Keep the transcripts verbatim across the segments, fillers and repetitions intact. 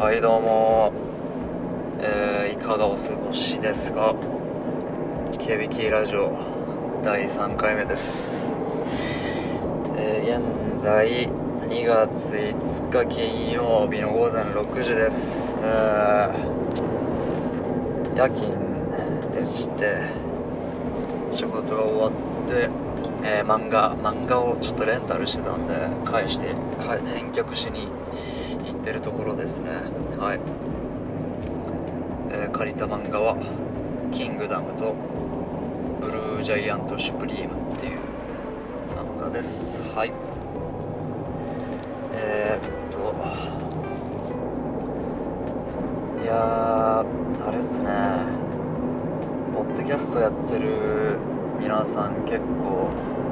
はいどうも、えー、いかがお過ごしですか。ケビキラジオだいさんかいめです。えー、現在にがついつか金曜日のごぜんろくじです。えー、夜勤でして仕事が終わって、えー、漫画漫画をちょっとレンタルしてたんで返して返却しに行ってるところですね。はい、えー、借りた漫画はキングダムとブルージャイアントシュプリームっていう漫画です。はい、えー、っといやーあれっすね、ポッドキャストやってる皆さん結構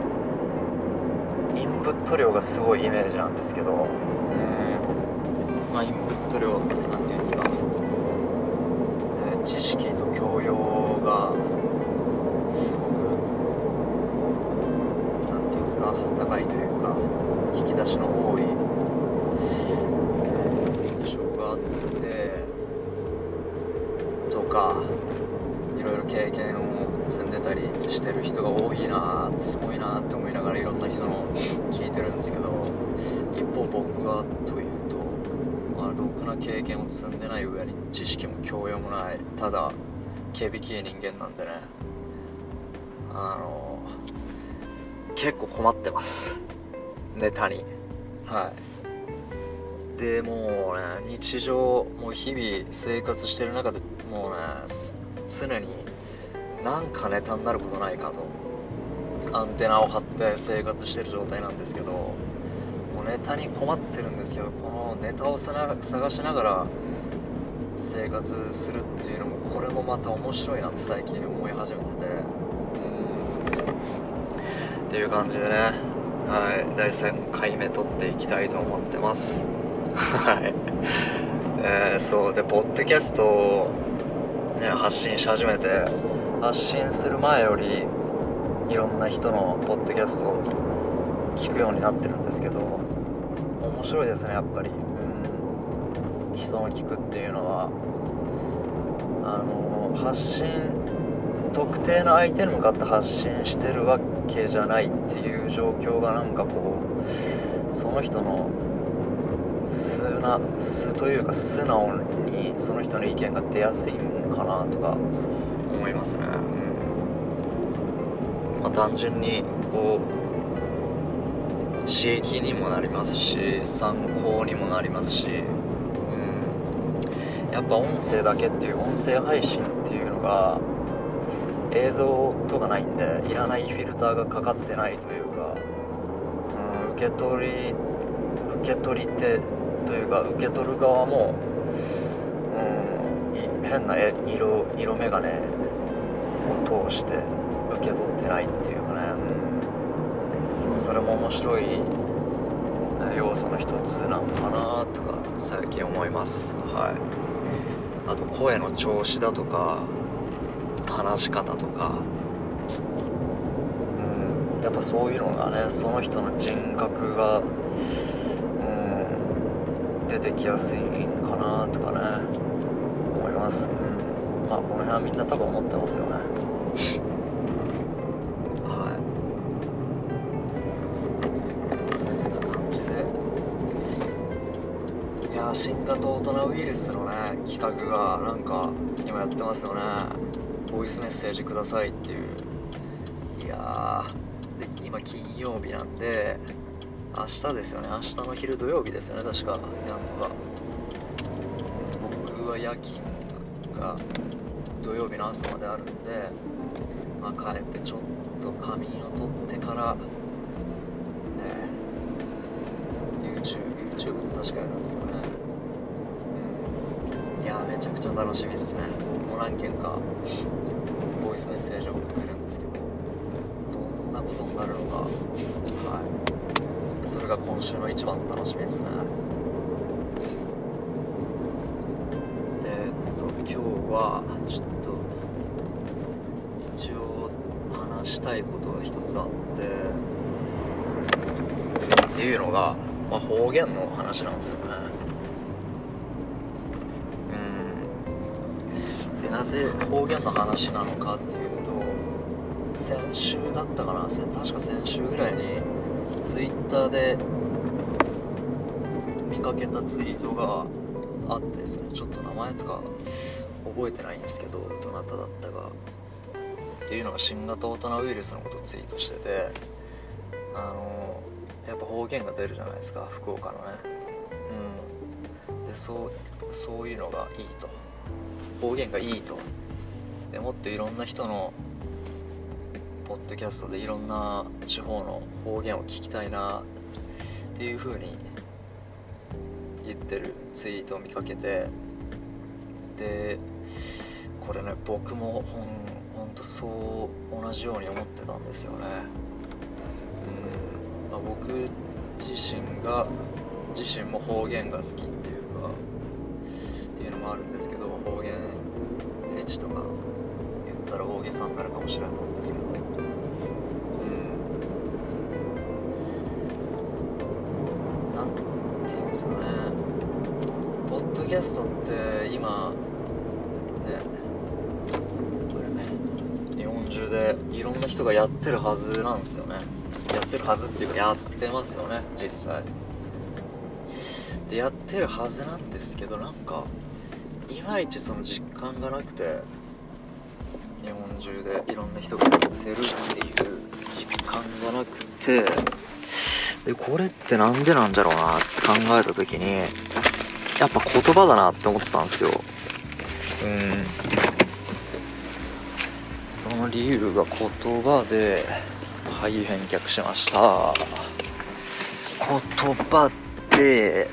インプット量がすごいイメージなんですけど、うんまあ、インプット量なんていうんですか、えー、知識と教養がすごくなんていうんですか高いというか引き出しの多い、えー、印象があってとかいろいろ経験を積んでたりしてる人が多いなーすごいなーって思いながらいろんな人の聞いてるんですけど、一方僕はというと、まあ、ろくな経験を積んでない上に知識も教養もないただ警備系人間なんでね、あのー、結構困ってますネタに。はいでもうね日常もう日々生活してる中でもうね常になんかネタになることないかとアンテナを張って生活してる状態なんですけど、もうネタに困ってるんですけど、このネタを探しながら生活するっていうのもこれもまた面白いなって最近思い始めてて、うんっていう感じでね、はいだいさんかいめ撮っていきたいと思ってますはい、えー、そうでポッドキャストを、ね、発信し始めて発信する前よりいろんな人のポッドキャストを聞くようになってるんですけど、面白いですねやっぱり。うん人の聞くっていうのはあの発信特定の相手に向かって発信してるわけじゃないっていう状況がなんかこうその人の素な素というか素直にその人の意見が出やすいんかなとか思いますね。うんまあ、単純にこう刺激にもなりますし参考にもなりますし、うん、やっぱ音声だけっていう音声配信っていうのが映像とかないんでいらないフィルターがかかってないというか、うん、受け取り受け取り手というか受け取る側も、うん、変な色色眼鏡を通して受け取ってないっていうかね、うん、それも面白い要素の一つなのかなとか最近思います。はい、あと声の調子だとか話し方とか、うん、やっぱそういうのがねその人の人格が、うん、出てきやすいかなとかね思います。うん、まあこの辺はみんな多分思ってますよね。新型大人ウイルスのね企画がなんか今やってますよね。ボイスメッセージくださいっていう。いやーで今金曜日なんで明日ですよね。明日の昼土曜日ですよね確かやるのが。僕は夜勤が土曜日の朝まであるんで、まあ、帰ってちょっと仮眠を取ってからね YouTube, YouTube で確かやるんですよね。いやめちゃくちゃ楽しみですね。僕も何件かボイスメッセージを送ってるんですけどどんなことになるのか、はい、それが今週の一番の楽しみですね。でえっと今日はちょっと一応話したいことが一つあってっていうのが、まあ、方言の話なんですよね。 なぜ方言の話なのかっていうと、先週だったかな、確か先週ぐらいにツイッターで見かけたツイートがあってですね、ちょっと名前とか覚えてないんですけど、どなただったかっていうのが新型大人ウイルスのことをツイートしてて、あのやっぱ方言が出るじゃないですか、福岡のね。うんでそうそういうのがいいと、方言がいいと。でもっといろんな人のポッドキャストでいろんな地方の方言を聞きたいなっていう風に言ってるツイートを見かけて、でこれね、僕もほんほんとそう同じように思ってたんですよね。うん、まあ、僕自身が自身も方言が好きっていうかっていうのもあるんですけど、方言フェチとか言ったら大げさになるかもしれないんですけど、うんなんていうんですかね、ポッドキャストって今ね、これね、日本中でいろんな人がやってるはずなんですよね。やってるはずっていうか、やってますよね、実際でやってるはずなんですけど、なんかいまいちその実感がなくて、日本中でいろんな人がやってるっていう実感がなくて、でこれってなんでなんだろうなって考えた時に、やっぱ言葉だなって思ったんですよ。うんその理由が言葉で、はい、返却しました。言葉で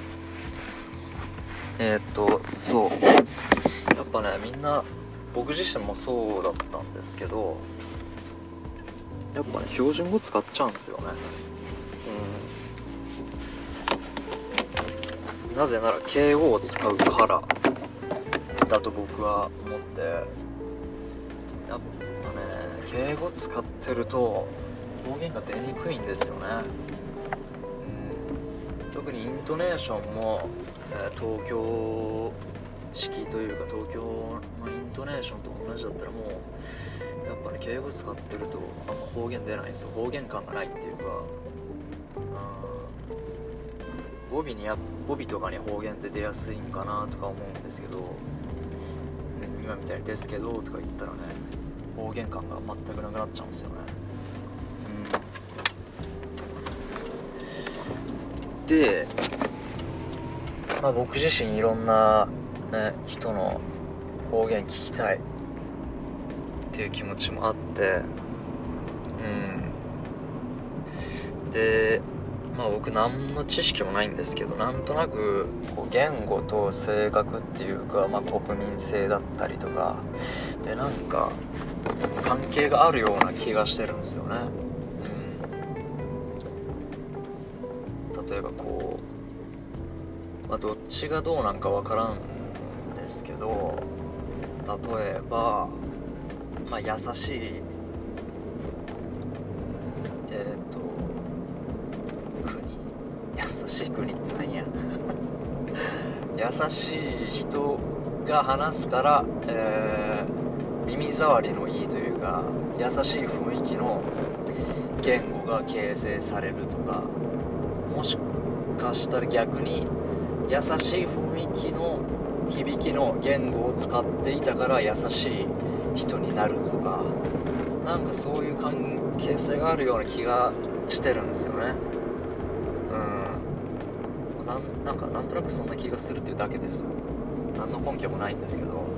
えー、っとそうやっぱね、みんな僕自身もそうだったんですけど、やっぱね標準語使っちゃうんですよね。うんなぜなら敬語を使うからだと僕は思って、やっぱね敬語使ってると方言が出にくいんですよね。うん特にイントネーションも東京式というか、東京のイントネーションと同じだったらもうやっぱね敬語使ってるとあんま方言出ないんですよ。方言感がないっていうか、うん語尾にや語尾とかに方言って出やすいんかなとか思うんですけど、今みたいにですけどとか言ったらね、方言感が全くなくなっちゃうんですよね。うんでまあ、僕自身いろんな、ね、人の方言聞きたいっていう気持ちもあって、うんでまあ僕何の知識もないんですけど、なんとなくこう言語と性格っていうか、まあ、国民性だったりとかでなんか関係があるような気がしてるんですよね。うん例えばこうまあ、どっちがどうなんかわからんですけど、例えば、まあ、優しいえっ、ー、と国優しい国って何や優しい人が話すから、えー、耳障りのいいというか優しい雰囲気の言語が形成されるとか、もしかしたら逆に優しい雰囲気の響きの言語を使っていたから優しい人になるとか、なんかそういう関係性があるような気がしてるんですよね。うんなん、なんかなんとなくそんな気がするっていうだけですよ。何の根拠もないんですけど、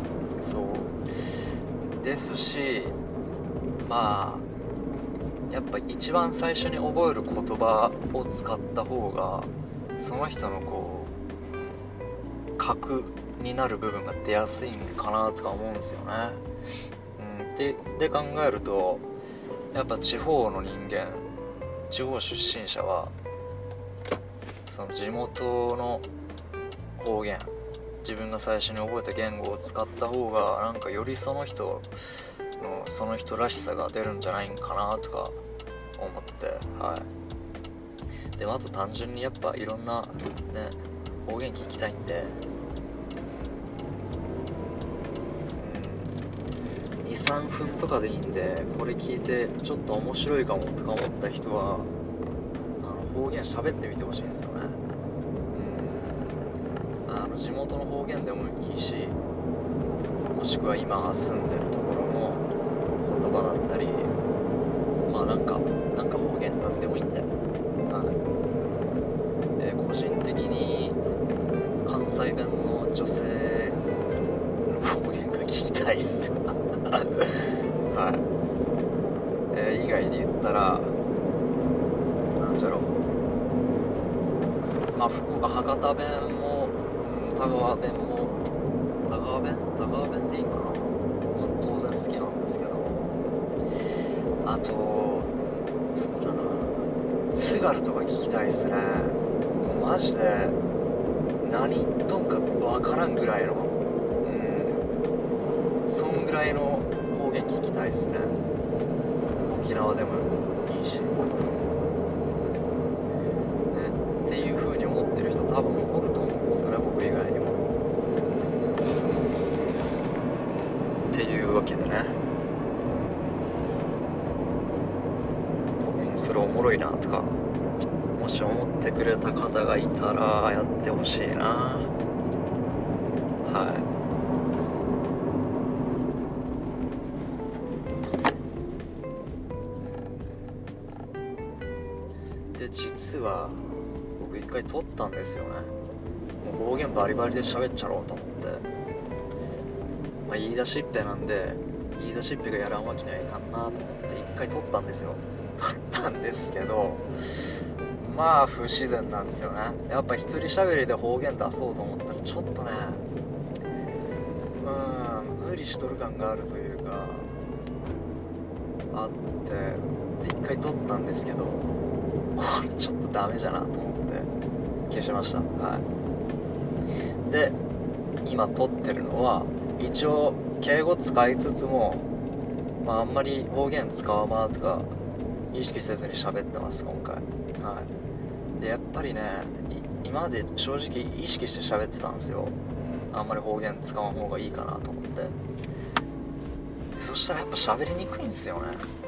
そうですし、まあやっぱ一番最初に覚える言葉を使った方がその人のこう核になる部分が出やすいんかなとか思うんですよね。うん、で, で考えるとやっぱ地方の人間、地方出身者はその地元の方言、自分が最初に覚えた言語を使った方がなんかよりその人のその人らしさが出るんじゃないんかなとか思って、はいでもあと単純にやっぱいろんなね方言聞きたいんで、 さんぷんとかでいいんで、これ聞いてちょっと面白いかもとか思った人はあの方言喋ってみてほしいんですよね。うん、あの地元の方言でもいいし、もしくは今住んでるところの言葉だったり、まあなんかなんか方言なんでもいいんで、はい、えー、個人的に関西弁の女性の方言が聞きたいっすはい、えー、以外で言ったらなんじゃろう、まあ福岡博多弁も、うん、田川弁も田川弁田川弁でいいかな、まあ、当然好きなんですけど、あとそうだな、津軽とか聞きたいっすね。もうマジで何言っとんかわからんぐらいの、うん、そんぐらいの方言聞きたいっすね。沖縄でもいいし、ね、っていう風に思ってる人多分おると思うんですよね、僕以外にも。っていうわけでね、それおもろいなとかもし思ってくれた方がいたらやってほしいな。はい。で実は僕一回撮ったんですよね。もう方言バリバリで喋っちゃろうと思って、まあ、言い出しっぺなんで言い出しっぺがやらんわけにはいかんなと思って一回撮ったんですよ。撮ったんですけど、まあ不自然なんですよね。やっぱ一人喋りで方言出そうと思ったらちょっとね、うん無理しとる感があるというかあって、で一回撮ったんですけど、これちょっとダメじゃなと思って消しました。はい。で今撮ってるのは一応敬語使いつつも、まあ、あんまり方言使わまとか意識せずに喋ってます今回。はい。でやっぱりね、今まで正直意識して喋ってたんですよ。あんまり方言使わん方がいいかなと思って。そしたらやっぱ喋りにくいんですよね。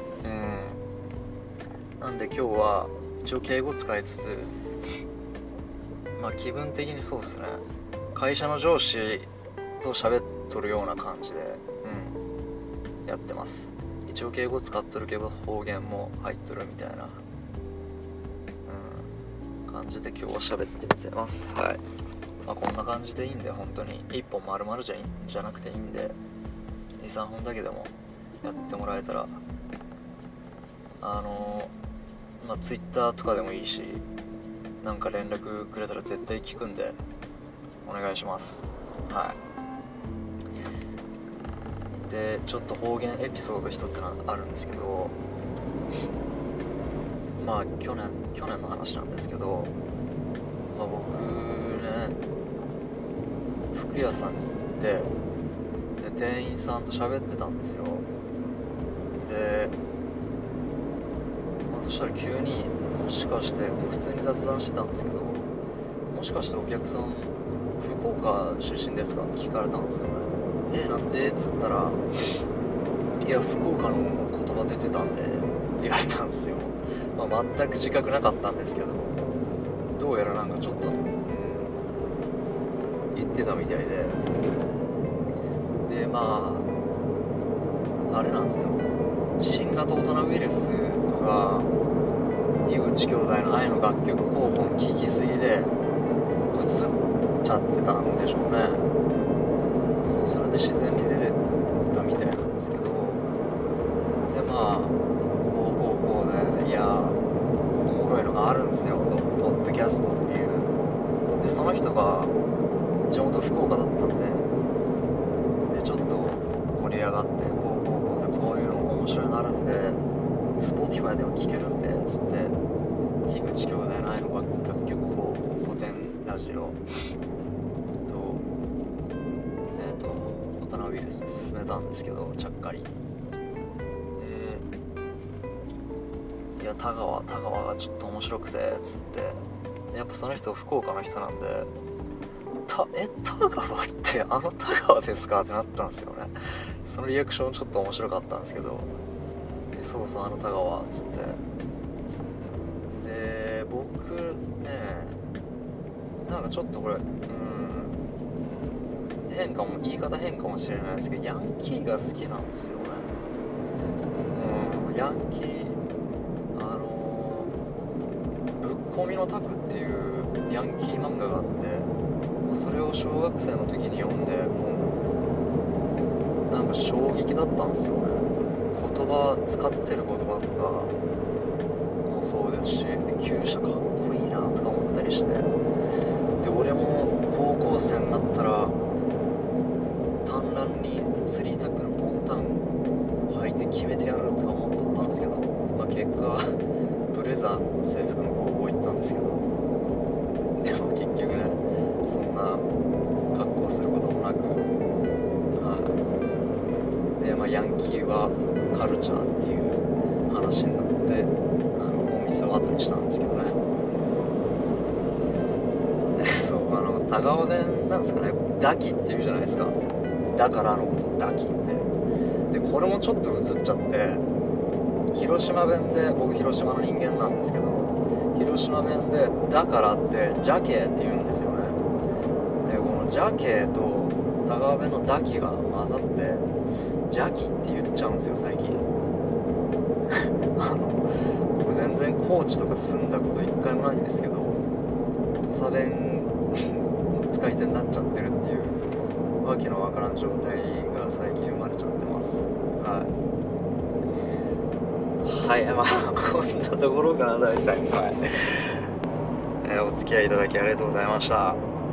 うんなんで今日は一応敬語使いつつ、まあ気分的にそうですね、会社の上司と喋っとるような感じで、うん、やってます。一応敬語使っとるけど方言も入っとるみたいな、うん、感じで今日は喋ってみてます。はい。まあこんな感じでいいんで、本当にいっぽん丸々じゃいじゃなくていいんで、にさんぼんだけでもやってもらえたら、あのー、まあ Twitter とかでもいいし、なんか連絡くれたら絶対聞くんでお願いします。はい。でちょっと方言エピソード一つあるんですけど、まあ去年去年の話なんですけど、まあ、僕ね服屋さんに行ってで店員さんと喋ってたんですよ。で、まあ、そしたら急にもしかして普通に雑談してたんですけど、もしかしてお客さん福岡出身ですかって聞かれたんですよね。えなんでっつったら、いや福岡の言葉出てたんで言われたんですよ。まあ、全く自覚なかったんですけど、どうやらなんかちょっと、うん、言ってたみたいで、でまああれなんですよ、新型コロナウイルスとか井口兄弟の愛の楽曲候補の聴きすぎでうつっちゃってたんでしょうね。そう、それで自然に出てたみたいなんですけど、でまあこうこうこうで、いやおもろいのがあるんですよと、ポッドキャストっていう。でその人が地元福岡だったんで、でちょっと盛り上がって、こうこうこうでこういうの面白いのあるんで Spotify でも聴けるんでつって、樋口兄弟の愛の楽曲を古典ラジオとえっ、ー、とコロナウイルス進めたんですけど、ちゃっかりで、いや田川田川がちょっと面白くてつって、やっぱその人福岡の人なんで、たえ田川ってあの田川ですかってなったんですよね。 そのリアクションちょっと面白かったんですけど、そうそうあの田川っつって、で僕ねなんかちょっとこれうん変かも、言い方変かもしれないですけど、ヤンキーが好きなんですよね。うんヤンキーあのー、ぶっこみのタクっていうヤンキー漫画があって、それを小学生の時に読んで、もうなんか衝撃だったんですよね。言葉使ってる言葉とかもそうですし、で厩舎かっこいいなとか思ったりして、で俺も高校生になったら短乱にスリータックルボンタン履いて決めてやるとか思っとったんですけど、まあ、結果ブレザーの制服の高校行ったんですけど、でも結局ねそんな格好することもなく、はい、でまあヤンキーはカルチャーっていう話になって、あのお店を後にしたんですけどね。そうあの田川弁なんですかね、ダキっていうじゃないですか。だからのことをダキってで、これもちょっと映っちゃって、広島弁で、僕広島の人間なんですけど、広島弁でだからってジャケって言うんですよね。でこのジャケと田川弁のダキが混ざってジャキって言っちゃうんですよ最近。あの僕全然高知とか住んだこと一回もないんですけど、土佐弁の使い手になっちゃってるっていうわけのわからん状態が最近生まれちゃってます。はいはい、まあこんなところかなだいさんかい、えー、お付き合いいただきありがとうございました。